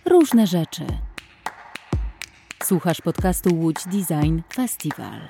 różne rzeczy. Słuchasz podcastu Łódź Design Festival.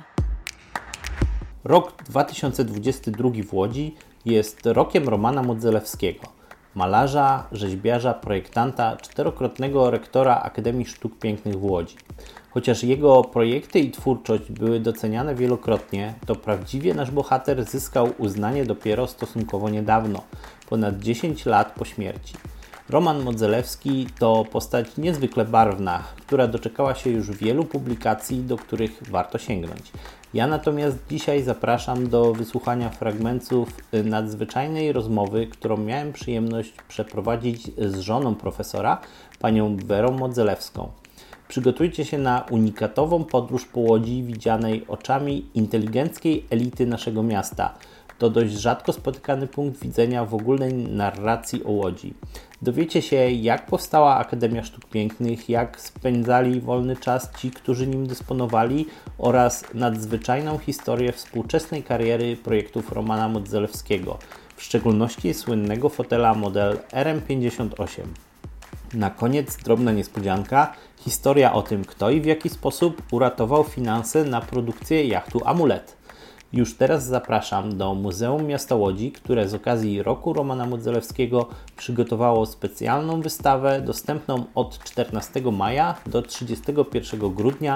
Rok 2022 w Łodzi jest rokiem Romana Modzelewskiego, malarza, rzeźbiarza, projektanta, 4-krotnego rektora Akademii Sztuk Pięknych w Łodzi. Chociaż jego projekty i twórczość były doceniane wielokrotnie, to prawdziwie nasz bohater zyskał uznanie dopiero stosunkowo niedawno, ponad 10 lat po śmierci. Roman Modzelewski to postać niezwykle barwna, która doczekała się już wielu publikacji, do których warto sięgnąć. Ja natomiast dzisiaj zapraszam do wysłuchania fragmentów nadzwyczajnej rozmowy, którą miałem przyjemność przeprowadzić z żoną profesora, panią Werą Modzelewską. Przygotujcie się na unikatową podróż po Łodzi widzianej oczami inteligenckiej elity naszego miasta. To dość rzadko spotykany punkt widzenia w ogólnej narracji o Łodzi. Dowiecie się, jak powstała Akademia Sztuk Pięknych, jak spędzali wolny czas ci, którzy nim dysponowali oraz nadzwyczajną historię współczesnej kariery projektów Romana Modzelewskiego, w szczególności słynnego fotela model RM58. Na koniec drobna niespodzianka, historia o tym, kto i w jaki sposób uratował finanse na produkcję jachtu Amulet. Już teraz zapraszam do Muzeum Miasta Łodzi, które z okazji roku Romana Modzelewskiego przygotowało specjalną wystawę dostępną od 14 maja do 31 grudnia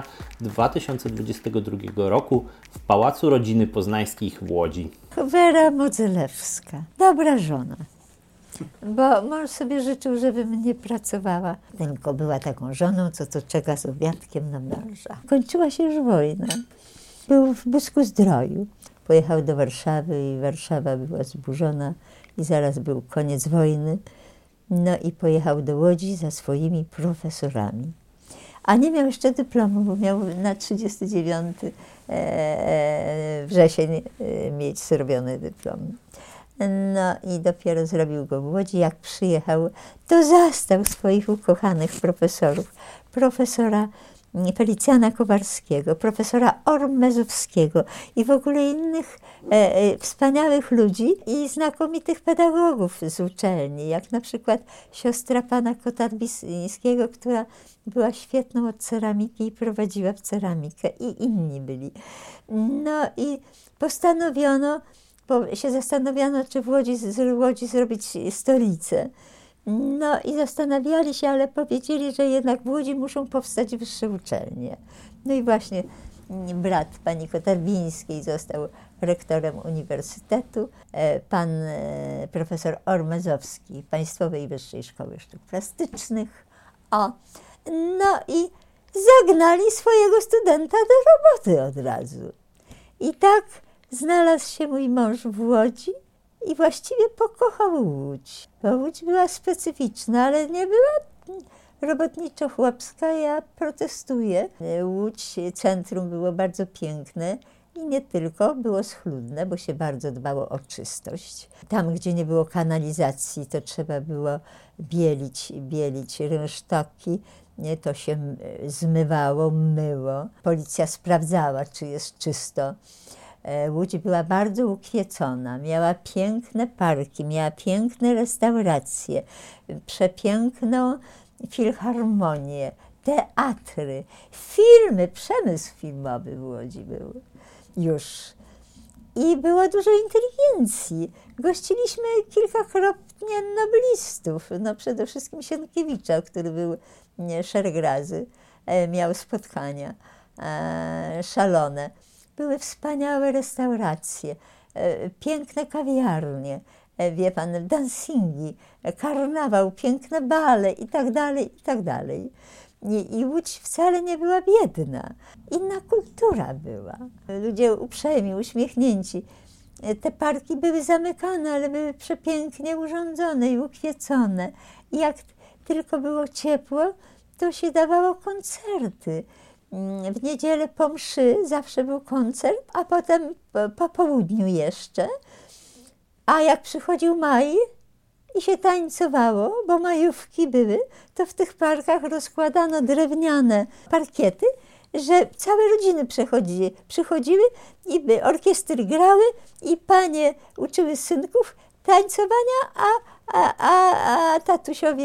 2022 roku w Pałacu Rodziny Poznańskich w Łodzi. Wera Modzelewska, dobra żona, bo mąż sobie życzył, żebym nie pracowała, tylko była taką żoną, co czeka z obiadkiem na męża. Kończyła się już wojna. Był w Busku-Zdroju. Pojechał do Warszawy i Warszawa była zburzona i zaraz był koniec wojny. No i pojechał do Łodzi za swoimi profesorami. A nie miał jeszcze dyplomu, bo miał na 39 wrzesień mieć zrobiony dyplom. No i dopiero zrobił go w Łodzi. Jak przyjechał, to zastał swoich ukochanych profesorów. Profesora Felicjana Kowarskiego, profesora Ormezowskiego i w ogóle innych wspaniałych ludzi i znakomitych pedagogów z uczelni, jak na przykład siostra pana Kotarbińskiego, która była świetną od ceramiki i prowadziła w ceramikę i inni byli. No i postanowiono, bo się zastanawiano, czy z Łodzi zrobić stolicę. No i zastanawiali się, ale powiedzieli, że jednak w Łodzi muszą powstać wyższe uczelnie. No i właśnie brat pani Kotarbińskiej został rektorem uniwersytetu, pan profesor Ormezowski Państwowej Wyższej Szkoły Sztuk Plastycznych. No i zagnali swojego studenta do roboty od razu. I tak znalazł się mój mąż w Łodzi. I właściwie pokochał Łódź, bo Łódź była specyficzna, ale nie była robotniczo-chłopska. Ja protestuję. Łódź, centrum było bardzo piękne i nie tylko, było schludne, bo się bardzo dbało o czystość. Tam, gdzie nie było kanalizacji, to trzeba było bielić rynsztoki. To się zmywało, myło. Policja sprawdzała, czy jest czysto. Łódź była bardzo ukwiecona, miała piękne parki, miała piękne restauracje, przepiękną filharmonię, teatry, filmy, przemysł filmowy w Łodzi był już. I było dużo inteligencji. Gościliśmy kilkakrotnie noblistów, no przede wszystkim Sienkiewicza, który był szereg razy, miał spotkania szalone. Były wspaniałe restauracje, piękne kawiarnie, wie pan, dancingi, karnawał, piękne bale i tak dalej, i tak dalej. I Łódź wcale nie była biedna. Inna kultura była. Ludzie uprzejmi, uśmiechnięci. Te parki były zamykane, ale były przepięknie urządzone i ukwiecone. I jak tylko było ciepło, to się dawało koncerty. W niedzielę po mszy zawsze był koncert, a potem po południu jeszcze. A jak przychodził maj i się tańcowało, bo majówki były, to w tych parkach rozkładano drewniane parkiety, że całe rodziny przychodziły i orkiestry grały i panie uczyły synków tańcowania, a tatusiowie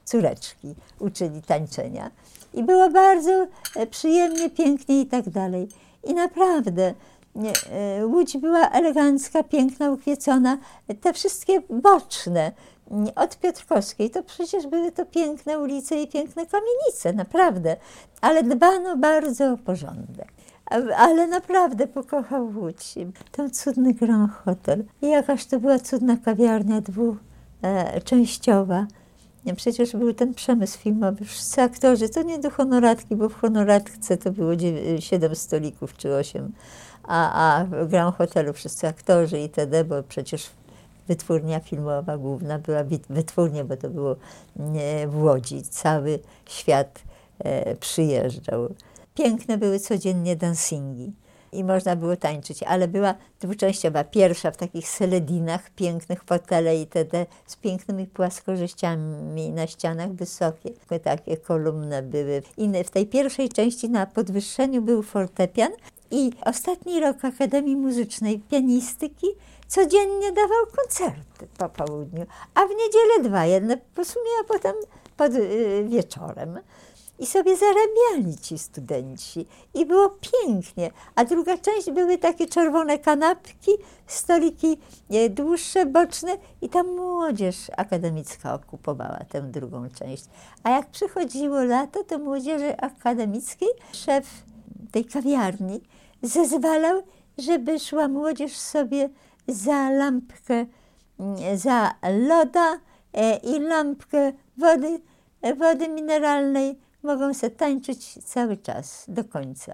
córeczki uczyli tańczenia. I było bardzo przyjemnie, pięknie i tak dalej. I naprawdę Łódź była elegancka, piękna, ukwiecona. Te wszystkie boczne od Piotrkowskiej, to przecież były to piękne ulice i piękne kamienice, naprawdę. Ale dbano bardzo o porządek. Ale naprawdę pokochał Łódź. Ten cudny Grand Hotel. I jakaż to była cudna kawiarnia dwuczęściowa. Przecież był ten przemysł filmowy, wszyscy aktorzy, to nie do honoratki, bo w honoratce to było 7 stolików czy 8, a w Grand Hotelu wszyscy aktorzy itd., bo przecież wytwórnia filmowa główna była wytwórnia, bo to było w Łodzi. Cały świat przyjeżdżał. Piękne były codziennie dancingi i można było tańczyć, ale była dwuczęściowa. Pierwsza w takich seledinach, pięknych fotele itd. Z pięknymi płaskorześciami na ścianach, wysokie. Takie kolumny były. I w tej pierwszej części na podwyższeniu był fortepian i ostatni rok Akademii Muzycznej Pianistyki codziennie dawał koncerty po południu, a w niedzielę 2, jedne po sumie, a potem wieczorem. I sobie zarabiali ci studenci. I było pięknie. A druga część były takie czerwone kanapki, stoliki dłuższe, boczne i tam młodzież akademicka okupowała tę drugą część. A jak przychodziło lato, to młodzieży akademickiej szef tej kawiarni zezwalał, żeby szła młodzież sobie za lampkę, za loda i lampkę wody mineralnej. Mogą sobie tańczyć cały czas, do końca.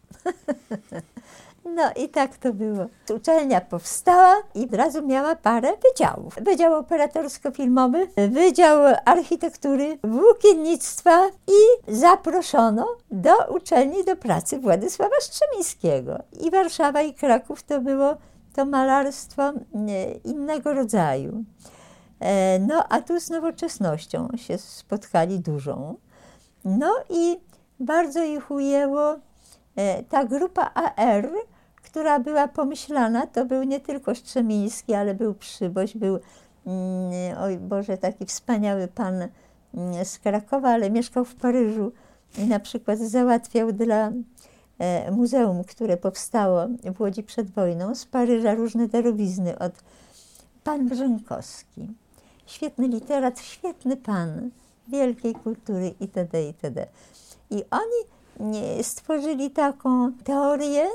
No i tak to było. Uczelnia powstała i od razu miała parę wydziałów. Wydział operatorsko-filmowy, Wydział Architektury, Włókiennictwa i zaproszono do uczelni do pracy Władysława Strzemińskiego. I Warszawa i Kraków to było to malarstwo innego rodzaju. No a tu z nowoczesnością się spotkali dużą. No i bardzo ich ujęło ta grupa AR, która była pomyślana, to był nie tylko Strzemiński, ale był Przyboś, był, oj Boże, taki wspaniały pan z Krakowa, ale mieszkał w Paryżu i na przykład załatwiał dla muzeum, które powstało w Łodzi przed wojną, z Paryża różne darowizny od pan Brzękowski. Świetny literat, świetny pan, wielkiej kultury itd., itd. I oni stworzyli taką teorię,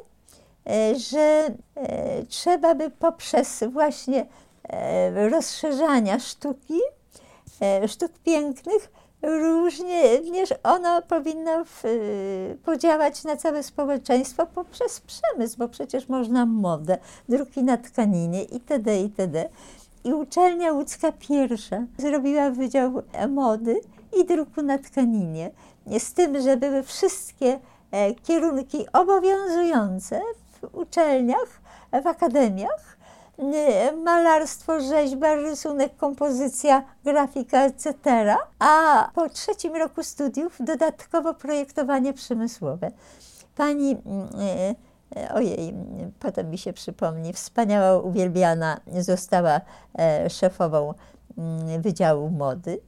że trzeba by poprzez właśnie rozszerzania sztuki, sztuk pięknych, również ono powinno podziałać na całe społeczeństwo poprzez przemysł, bo przecież można modę, druki na tkaninie itd., itd. I uczelnia łódzka pierwsza zrobiła Wydział Mody i Druku na tkaninie, z tym, że były wszystkie kierunki obowiązujące w uczelniach, w akademiach, malarstwo, rzeźba, rysunek, kompozycja, grafika, etc. A po 3. roku studiów dodatkowo projektowanie przemysłowe. Pani ojej, potem mi się przypomni, wspaniała, uwielbiana została szefową Wydziału Mody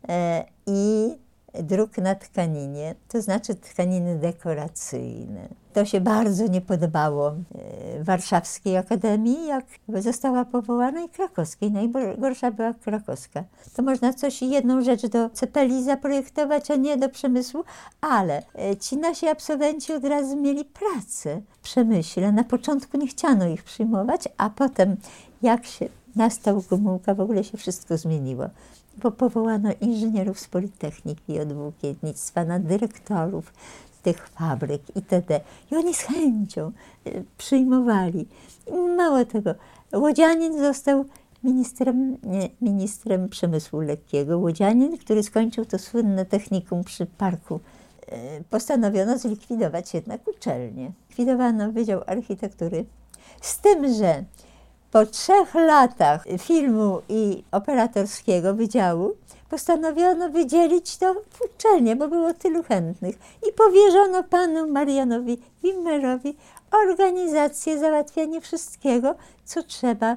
i druk na tkaninie, to znaczy tkaniny dekoracyjne. To się bardzo nie podobało Warszawskiej Akademii, jak została powołana, i Krakowskiej. Najgorsza była Krakowska. To można jedną rzecz do Cepeli zaprojektować, a nie do przemysłu, ale ci nasi absolwenci od razu mieli pracę w przemyśle. Na początku nie chciano ich przyjmować, a potem jak się nastał Gomułka, w ogóle się wszystko zmieniło. Bo powołano inżynierów z Politechniki od włókiennictwa na dyrektorów tych fabryk itd. I oni z chęcią przyjmowali. I mało tego, Łodzianin został ministrem przemysłu lekkiego. Łodzianin, który skończył to słynne technikum przy parku. Postanowiono zlikwidować jednak uczelnię. Likwidowano Wydział Architektury. Z tym, że po 3 latach filmu i operatorskiego wydziału postanowiono wydzielić to w uczelnię, bo było tylu chętnych. I powierzono panu Marianowi Wimmerowi organizację, załatwianie wszystkiego, co trzeba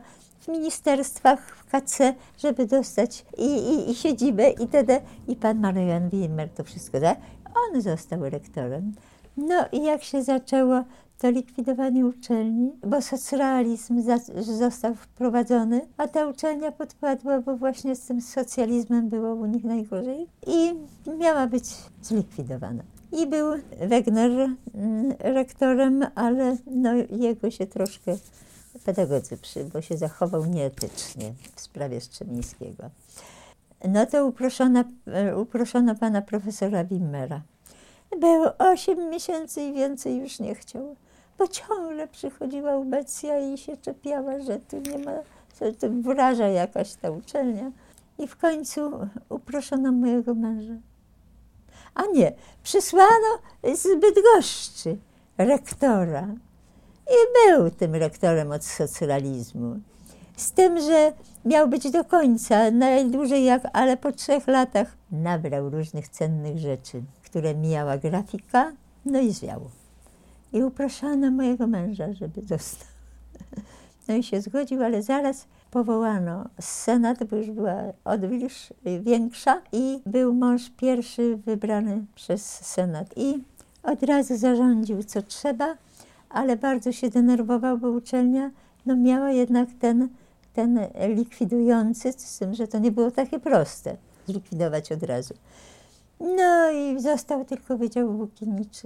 w ministerstwach, w KC, żeby dostać i siedzibę itd. I pan Marian Wimmer to wszystko, tak? On został rektorem. No i jak się zaczęło to likwidowanie uczelni, bo socrealizm został wprowadzony, a ta uczelnia podpadła, bo właśnie z tym socjalizmem było u nich najgorzej i miała być zlikwidowana. I był Wegner rektorem, ale no, jego się troszkę pedagodzy bo się zachował nieetycznie w sprawie Strzemińskiego. No to uproszono pana profesora Wimmera. Był 8 miesięcy i więcej już nie chciał, bo ciągle przychodziła ubecja i się czepiała, że tu nie ma, że tu wraża jakaś ta uczelnia. I w końcu uproszono mojego męża. A nie, przysłano z Bydgoszczy rektora. I był tym rektorem od socrealizmu. Z tym, że miał być do końca, najdłużej ale po 3 latach nabrał różnych cennych rzeczy, które mijała grafika, no i zwiało. I upraszano mojego męża, żeby został. No i się zgodził, ale zaraz powołano senat, bo już była odwilż większa i był mąż pierwszy wybrany przez senat. I od razu zarządził, co trzeba, ale bardzo się denerwował, bo uczelnia no, miała jednak ten likwidujący, z tym, że to nie było takie proste zlikwidować od razu. No i został tylko Wydział Włókienniczy.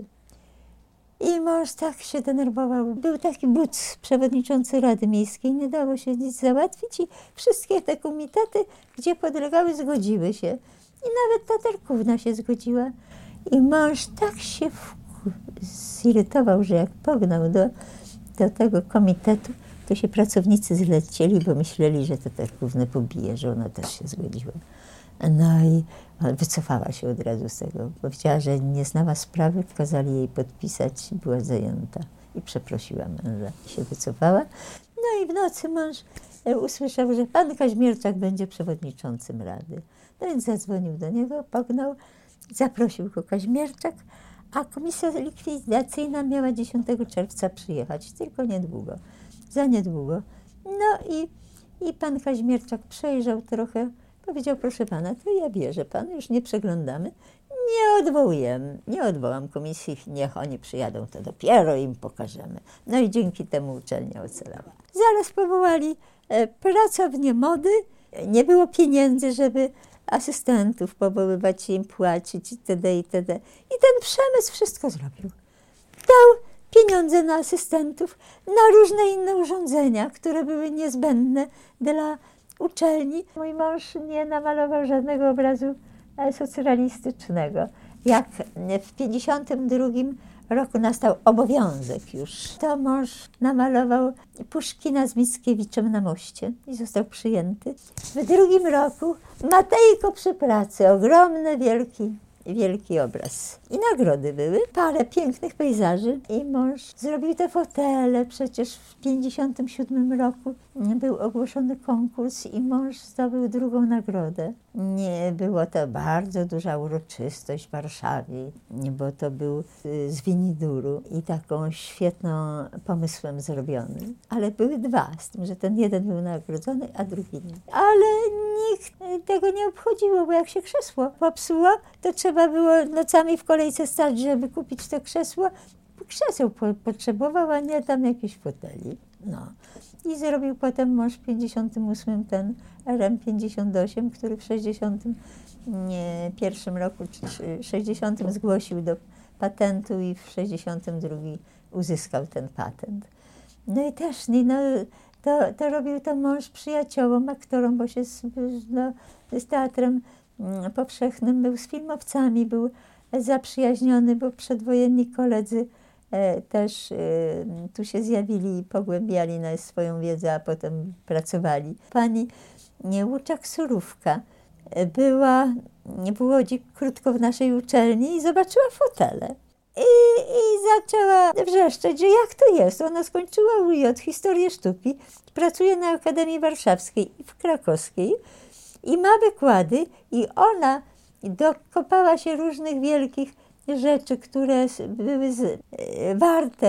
I mąż tak się denerwował. Był taki buc, przewodniczący Rady Miejskiej, nie dało się nic załatwić i wszystkie te komitety, gdzie podlegały, zgodziły się. I nawet Tatarkówna się zgodziła. I mąż tak się zirytował, że jak pognał do tego komitetu, to się pracownicy zlecieli, bo myśleli, że Tatarkównę pobije, że ona też się zgodziła. No i wycofała się od razu z tego. Powiedziała, że nie znała sprawy, kazali jej podpisać, była zajęta. I przeprosiła męża i się wycofała. No i w nocy mąż usłyszał, że pan Kaźmierczak będzie przewodniczącym Rady. No więc zadzwonił do niego, pognał, zaprosił go Kaźmierczak, a komisja likwidacyjna miała 10 czerwca przyjechać, tylko niedługo, za niedługo. No i pan Kaźmierczak przejrzał trochę, powiedział, proszę pana, to ja bierze pan, już nie przeglądamy, nie odwołam komisji, niech oni przyjadą, to dopiero im pokażemy. No i dzięki temu uczelnia ocalała. Zaraz powołali pracownię mody, nie było pieniędzy, żeby asystentów powoływać, im płacić itd. itd. I ten przemysł wszystko zrobił. Dał pieniądze na asystentów, na różne inne urządzenia, które były niezbędne dla uczelni. Mój mąż nie namalował żadnego obrazu socrealistycznego. Jak w 1952 roku nastał obowiązek już, to mąż namalował Puszkina z Mickiewiczem na moście i został przyjęty. W 2 roku Matejko przy pracy, ogromny, wielki obraz. I nagrody były, parę pięknych pejzaży i mąż zrobił te fotele. Przecież w 1957 roku był ogłoszony konkurs i mąż zdobył 2. nagrodę. Nie było to bardzo duża uroczystość w Warszawie, bo to był z Winiduru i taką świetną pomysłem zrobiony. Ale były 2, z tym, że ten jeden był nagrodzony, a drugi nie. Ale nikt tego nie obchodziło, bo jak się krzesło popsuło, to trzeba było nocami w kolejce stać, żeby kupić to krzesło. Krzeseł potrzebował, a nie tam jakichś foteli. No. I zrobił potem mąż w 1958 ten RM58, który w 1961 roku, czy 60 zgłosił do patentu i w 1962 uzyskał ten patent. No i też to robił to mąż przyjaciołom, aktorom, bo się z teatrem powszechnym był, z filmowcami był zaprzyjaźniony, bo przedwojenni koledzy też tu się zjawili i pogłębiali na swoją wiedzę, a potem pracowali. Pani Łuczak-Surówka była w Łodzi krótko w naszej uczelni i zobaczyła fotele. I zaczęła wrzeszczeć, że jak to jest? Ona skończyła UJ, historię sztuki, pracuje na Akademii Warszawskiej i w Krakowskiej i ma wykłady i ona dokopała się różnych wielkich rzeczy, które były warte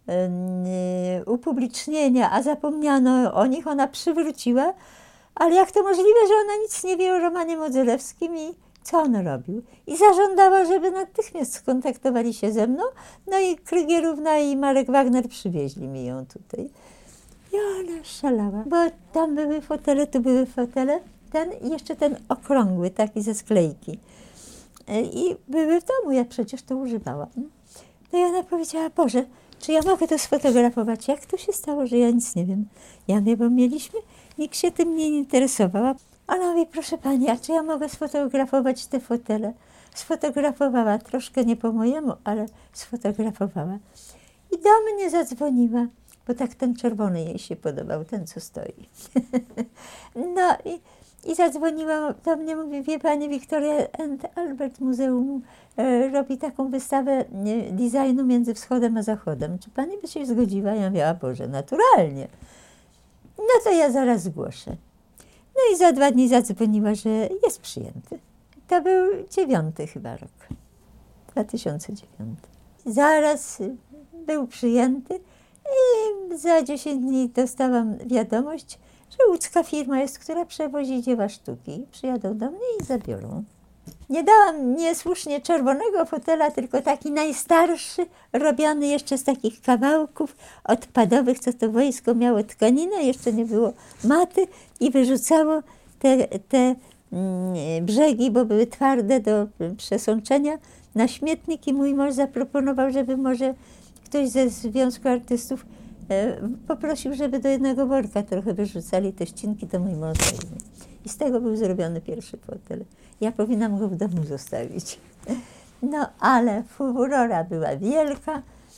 upublicznienia, a zapomniano o nich, ona przywróciła. Ale jak to możliwe, że ona nic nie wie o Romanie Modzelewskim i co on robił? I zażądała, żeby natychmiast skontaktowali się ze mną. No i Krygierówna i Marek Wagner przywieźli mi ją tutaj. I ona szalała, bo tam były fotele, tu były fotele. Ten i jeszcze ten okrągły, taki ze sklejki. I były w domu, ja przecież to używałam. No i ona powiedziała, Boże, czy ja mogę to sfotografować? Jak to się stało, że ja nic nie wiem? Ja nie, bo mieliśmy, nikt się tym nie interesował. Ona mówi, proszę pani, a czy ja mogę sfotografować te fotele? Sfotografowała, troszkę nie po mojemu, ale sfotografowała. I do mnie zadzwoniła, bo tak ten czerwony jej się podobał, ten co stoi. No i zadzwoniła do mnie, mówi, wie pani, Victoria and Albert Muzeum robi taką wystawę designu między wschodem a zachodem. Czy pani by się zgodziła? Ja mówię, a Boże, naturalnie. No to ja zaraz zgłoszę. No i za 2 dni zadzwoniła, że jest przyjęty. To był 9 chyba rok, 2009. Zaraz był przyjęty i za 10 dni dostałam wiadomość, że łódzka firma jest, która przewozi dzieła sztuki. Przyjadą do mnie i zabiorą. Nie dałam niesłusznie czerwonego fotela, tylko taki najstarszy, robiony jeszcze z takich kawałków odpadowych, co to wojsko miało tkaninę, jeszcze nie było maty i wyrzucało te brzegi, bo były twarde do przesączenia, na śmietnik i mój mąż zaproponował, żeby może ktoś ze Związku Artystów poprosił, żeby do jednego worka trochę wyrzucali te ścinki, to mój mąż weźmie. I z tego był zrobiony pierwszy fotel. Ja powinnam go w domu zostawić. No, ale furora była wielka.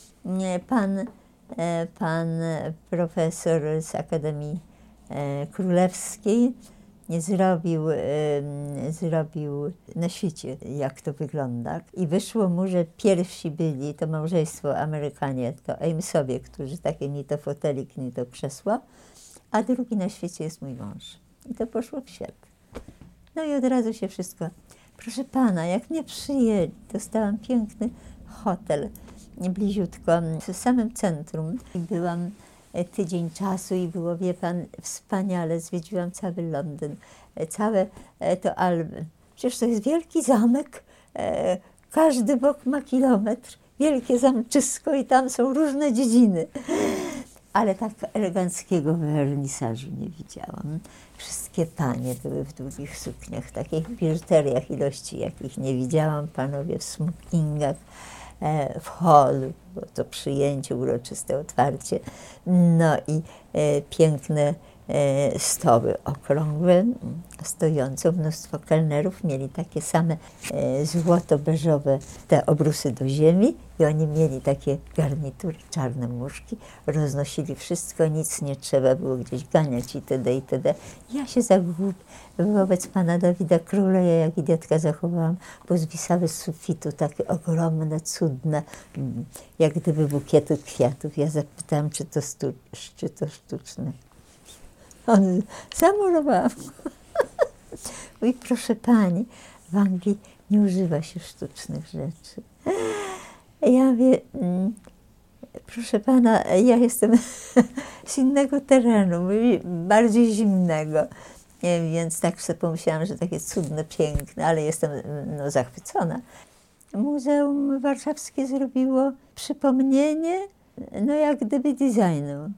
Pan profesor z Akademii Królewskiej zrobił na świecie, jak to wygląda. I wyszło mu, że pierwsi byli to małżeństwo Amerykanie, to Amesowie, którzy takie ni to fotelik, ni to krzesło, a drugi na świecie jest mój mąż. I to poszło w świat. No i od razu się wszystko... Proszę pana, jak mnie przyjęli, dostałam piękny hotel bliziutko w samym centrum. I byłam tydzień czasu i było, wie pan, wspaniale. Zwiedziłam cały Londyn, całe to Alby. Przecież to jest wielki zamek, każdy bok ma kilometr, wielkie zamczysko i tam są różne dziedziny. Ale tak eleganckiego wernisażu nie widziałam. Wszystkie panie były w długich sukniach, takich biżuteriach, ilości jakich nie widziałam. Panowie w smokingach, w holu, bo to przyjęcie, uroczyste otwarcie. No i piękne stoły okrągłe, stojące, mnóstwo kelnerów mieli takie same złoto-beżowe te obrusy do ziemi i oni mieli takie garnitury, czarne muszki, roznosili wszystko, nic nie trzeba było gdzieś ganiać itd. itd. Ja się wobec pana Dawida Króla, ja jak idiotka zachowałam, bo zwisały z sufitu takie ogromne, cudne, jak gdyby bukiety kwiatów. Ja zapytałam, czy to sztuczne. On zamurowałam. Mówi, proszę pani, w Anglii nie używa się sztucznych rzeczy. Ja mówię, proszę pana, ja jestem z innego terenu, mówi, bardziej zimnego. Więc tak sobie pomyślałam, że takie cudne, piękne, ale jestem zachwycona. Muzeum Warszawskie zrobiło przypomnienie, jak gdyby designu.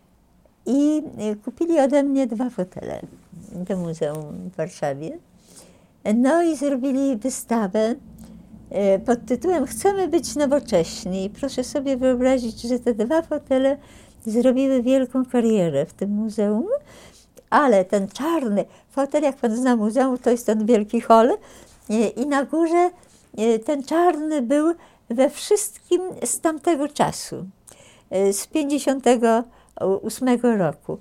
I kupili ode mnie 2 fotele do muzeum w Warszawie. No i zrobili wystawę pod tytułem Chcemy być nowocześni. I proszę sobie wyobrazić, że te 2 fotele zrobiły wielką karierę w tym muzeum, ale ten czarny fotel, jak pan zna muzeum, to jest ten wielki hol i na górze ten czarny był we wszystkim z tamtego czasu, z 58 roku.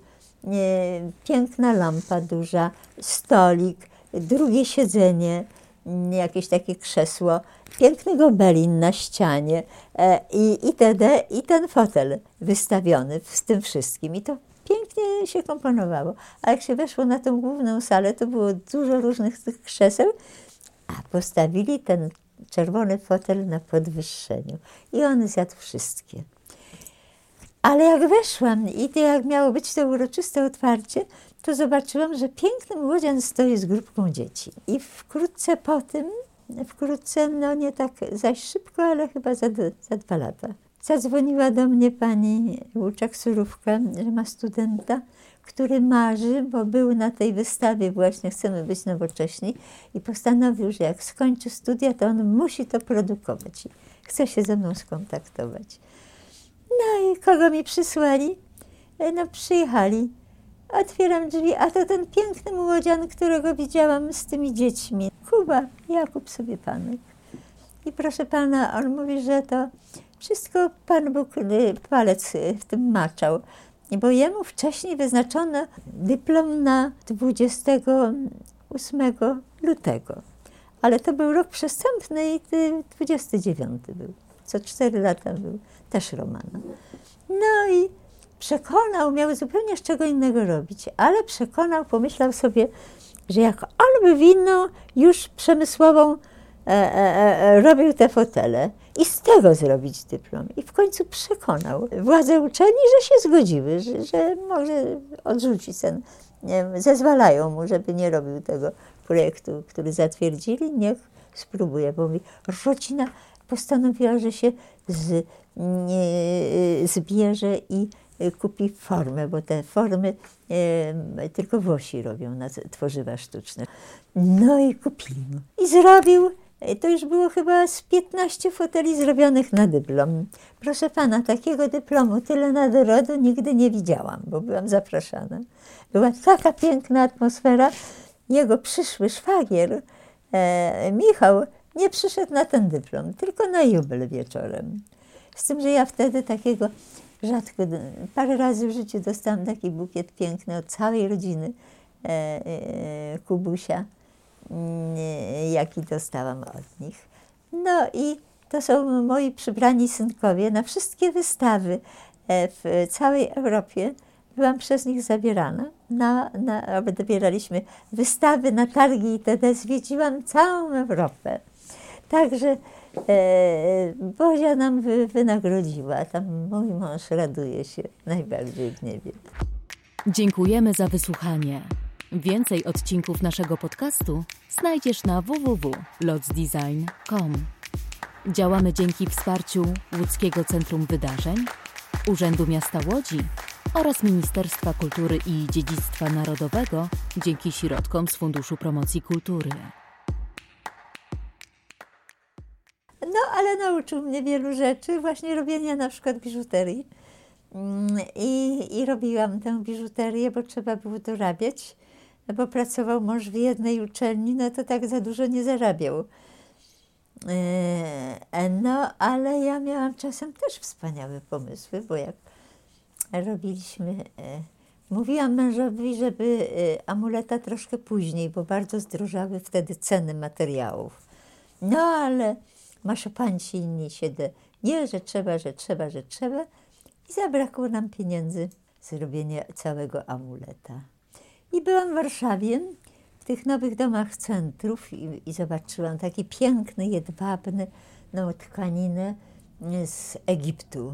Piękna lampa duża, stolik, drugie siedzenie, jakieś takie krzesło, piękny gobelin na ścianie itd. I ten fotel wystawiony z tym wszystkim. I to pięknie się komponowało. A jak się weszło na tę główną salę, to było dużo różnych tych krzeseł, a postawili ten czerwony fotel na podwyższeniu. I on zjadł wszystkie. Ale jak weszłam i to jak miało być to uroczyste otwarcie, to zobaczyłam, że piękny młodzian stoi z grupką dzieci. I wkrótce po tym, no nie tak zaś szybko, ale chyba za 2 lata, zadzwoniła do mnie pani Łuczak-Surówka, że ma studenta, który marzy, bo był na tej wystawie właśnie Chcemy być nowocześni i postanowił, że jak skończy studia, to on musi to produkować i chce się ze mną skontaktować. No i kogo mi przysłali? No przyjechali. Otwieram drzwi, a to ten piękny młodzian, którego widziałam z tymi dziećmi. Kuba, Jakub sobie Panek. I proszę pana, on mówi, że to wszystko Pan Bóg palec w tym maczał. Bo jemu wcześniej wyznaczono dyplom na 28 lutego. Ale to był rok przestępny i 29 był. Co 4 lata był też Romana. No i przekonał, miał zupełnie z czego innego robić, ale przekonał, pomyślał sobie, że jak on by winną już przemysłową robił te fotele i z tego zrobić dyplom. I w końcu przekonał władze uczelni, że się zgodziły, że może odrzucić ten, zezwalają mu, żeby nie robił tego projektu, który zatwierdzili, niech spróbuje, bo mówi, rodzina postanowiła, że się zbierze i kupi formę, bo te formy tylko Włosi robią na tworzywa sztuczne. No i kupili mu. I zrobił, to już było chyba z 15 foteli zrobionych na dyplom. Proszę pana, takiego dyplomu, tyle nagrodu nigdy nie widziałam, bo byłam zapraszana. Była taka piękna atmosfera. Jego przyszły szwagier, Michał, nie przyszedł na ten dyplom, tylko na jubel wieczorem. Z tym, że ja wtedy takiego rzadko, parę razy w życiu dostałam taki bukiet piękny od całej rodziny Kubusia, jaki dostałam od nich. No i to są moi przybrani synkowie. Na wszystkie wystawy w całej Europie byłam przez nich zabierana. Odbieraliśmy wystawy na targi itd. Zwiedziłam całą Europę. Także Bozia nam wynagrodziła. Tam mój mąż raduje się najbardziej w niebie. Dziękujemy za wysłuchanie. Więcej odcinków naszego podcastu znajdziesz na www.lotsdesign.com. Działamy dzięki wsparciu Łódzkiego Centrum Wydarzeń, Urzędu Miasta Łodzi oraz Ministerstwa Kultury i Dziedzictwa Narodowego dzięki środkom z Funduszu Promocji Kultury. No, ale nauczył mnie wielu rzeczy, właśnie robienia na przykład biżuterii. I robiłam tę biżuterię, bo trzeba było dorabiać, bo pracował mąż w jednej uczelni, no to tak za dużo nie zarabiał. No, ale ja miałam czasem też wspaniałe pomysły, bo jak robiliśmy, mówiłam mężowi, żeby amuleta troszkę później, bo bardzo zdrożały wtedy ceny materiałów. No, ale maszopanci inni nie, że trzeba. I zabrakło nam pieniędzy zrobienia całego amuleta. I byłam w Warszawie, w tych nowych domach centrów i zobaczyłam taki piękny, jedwabny, tkaninę z Egiptu.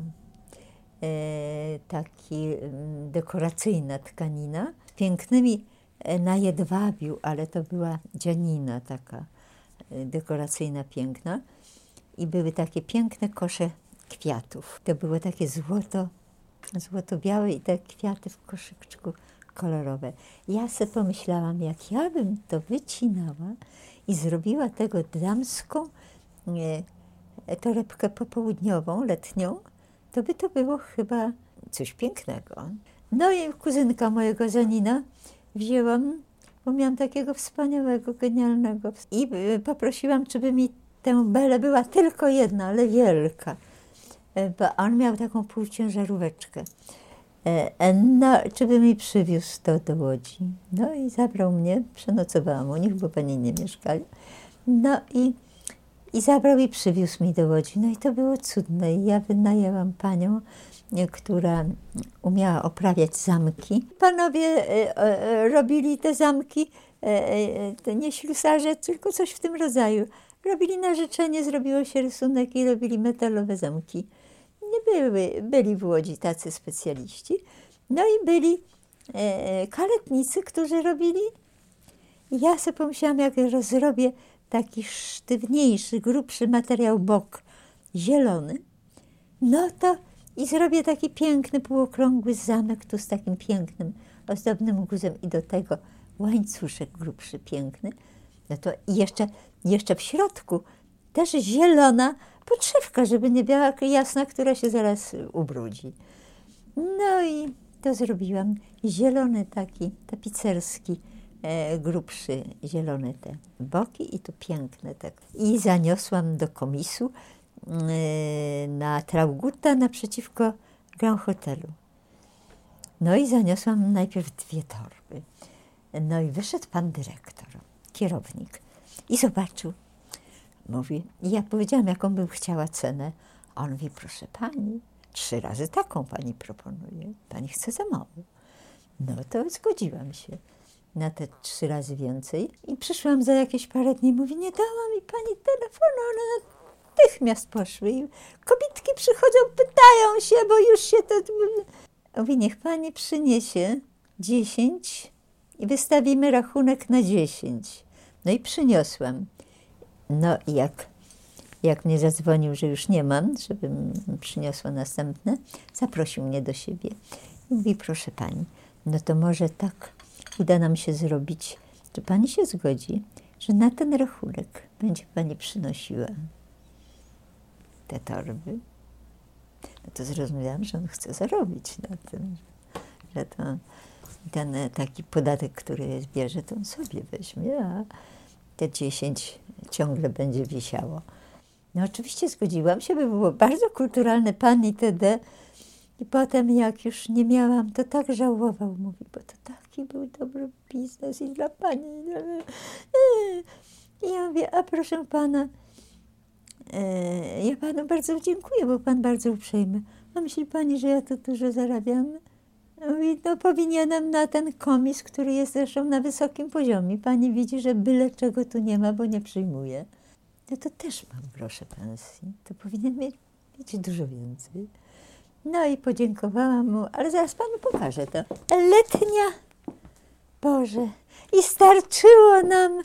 Taki dekoracyjna tkanina, z pięknymi na jedwabiu, ale to była dzianina taka dekoracyjna, piękna. I były takie piękne kosze kwiatów. To było takie złoto-białe i te kwiaty w koszyczku kolorowe. Ja sobie pomyślałam, jak ja bym to wycinała i zrobiła tego damską torebkę popołudniową, letnią, to by to było chyba coś pięknego. No i kuzynka mojego Zanina wzięłam, bo miałam takiego wspaniałego, genialnego. I poprosiłam, czy by mi tę belę była tylko jedna, ale wielka. Bo on miał taką półciężaróweczkę. No, czy by mi przywiózł to do Łodzi. No i zabrał mnie, przenocowałam u nich, bo pani nie mieszkali. No i zabrał i przywiózł mi do Łodzi. No i to było cudne. I ja wynajęłam panią, która umiała oprawiać zamki. Panowie robili te zamki, to nie ślusarze, tylko coś w tym rodzaju. Robili na życzenie, zrobiło się rysunek i robili metalowe zamki. No byli w Łodzi tacy specjaliści. No i byli kaletnicy, którzy robili. Ja sobie pomyślałam, jak rozrobię taki sztywniejszy, grubszy materiał bok zielony, no to i zrobię taki piękny, półokrągły zamek tu z takim pięknym, ozdobnym guzem i do tego łańcuszek grubszy, piękny. No to jeszcze w środku też zielona podszewka, żeby nie była jasna, która się zaraz ubrudzi. No i to zrobiłam. Zielony taki tapicerski, grubszy, zielone te boki i tu piękne tak. I zaniosłam do komisu na Traugutta naprzeciwko Grand Hotelu. No i zaniosłam najpierw 2 torby. No i wyszedł pan dyrektor, kierownik i zobaczył. Mówi, i ja powiedziałam, jaką bym chciała cenę. A on mówi, proszę pani, 3 razy taką pani proponuje. Pani chce za mało. No to zgodziłam się na te 3 razy więcej. I przyszłam za jakieś parę dni, mówi, nie dała mi pani telefonu, one natychmiast poszły. I kobietki przychodzą, pytają się, bo już się to... Mówi, niech pani przyniesie 10 i wystawimy rachunek na 10. No i przyniosłam. No i jak mnie zadzwonił, że już nie mam, żebym przyniosła następne, zaprosił mnie do siebie. I mówi, proszę pani, no to może tak uda nam się zrobić, że pani się zgodzi, że na ten rachunek będzie pani przynosiła te torby. No to zrozumiałam, że on chce zarobić na tym, że to ten taki podatek, który zbierze, to on sobie weźmie, a te 10 ciągle będzie wisiało. No oczywiście zgodziłam się, by było bardzo kulturalne pani itd. I potem jak już nie miałam, to tak żałował, mówi, bo to taki był dobry biznes i dla pani. I ja mówię, a proszę pana, ja panu bardzo dziękuję, bo pan bardzo uprzejmy. A myśli pani, że ja to dużo zarabiam? Mówi, no powinienem na ten komis, który jest zresztą na wysokim poziomie. Pani widzi, że byle czego tu nie ma, bo nie przyjmuje. No to też mam grosze pensji. To powinien mieć dużo więcej. No i podziękowałam mu, ale zaraz panu pokażę to. Letnia, Boże, i starczyło nam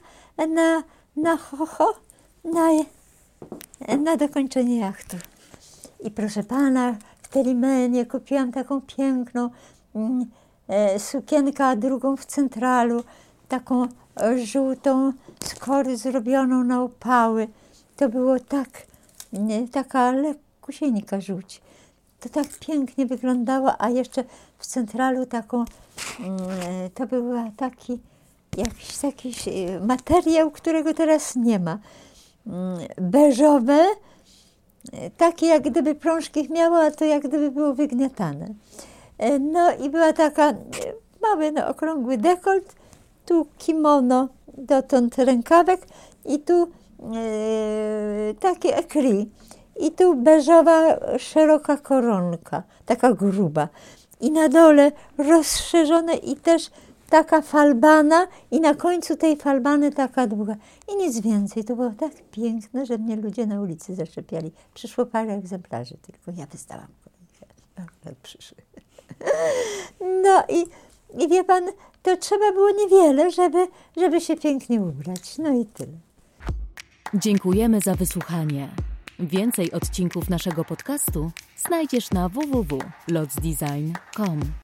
na dokończenie jachtu. I proszę pana, w Telimenie kupiłam taką piękną sukienkę, a drugą w Centralu, taką żółtą z kory zrobioną na opały. To było taka lekkusieńka żółć. To tak pięknie wyglądało, a jeszcze w Centralu taką, to był jakiś materiał, którego teraz nie ma. Beżowe, takie jak gdyby prążki miało, a to jak gdyby było wygniatane. No i była taka mały, okrągły dekolt, tu kimono, dotąd rękawek i tu taki écrit. I tu beżowa, szeroka koronka, taka gruba. I na dole rozszerzone i też taka falbana i na końcu tej falbany taka długa. I nic więcej. To było tak piękne, że mnie ludzie na ulicy zaczepiali. Przyszło parę egzemplarzy, tylko ja wystałam kolejkę. Przyszły. No i wie pan, to trzeba było niewiele, żeby się pięknie ubrać. No i tyle. Dziękujemy za wysłuchanie. Więcej odcinków naszego podcastu znajdziesz na www.lotsdesign.com.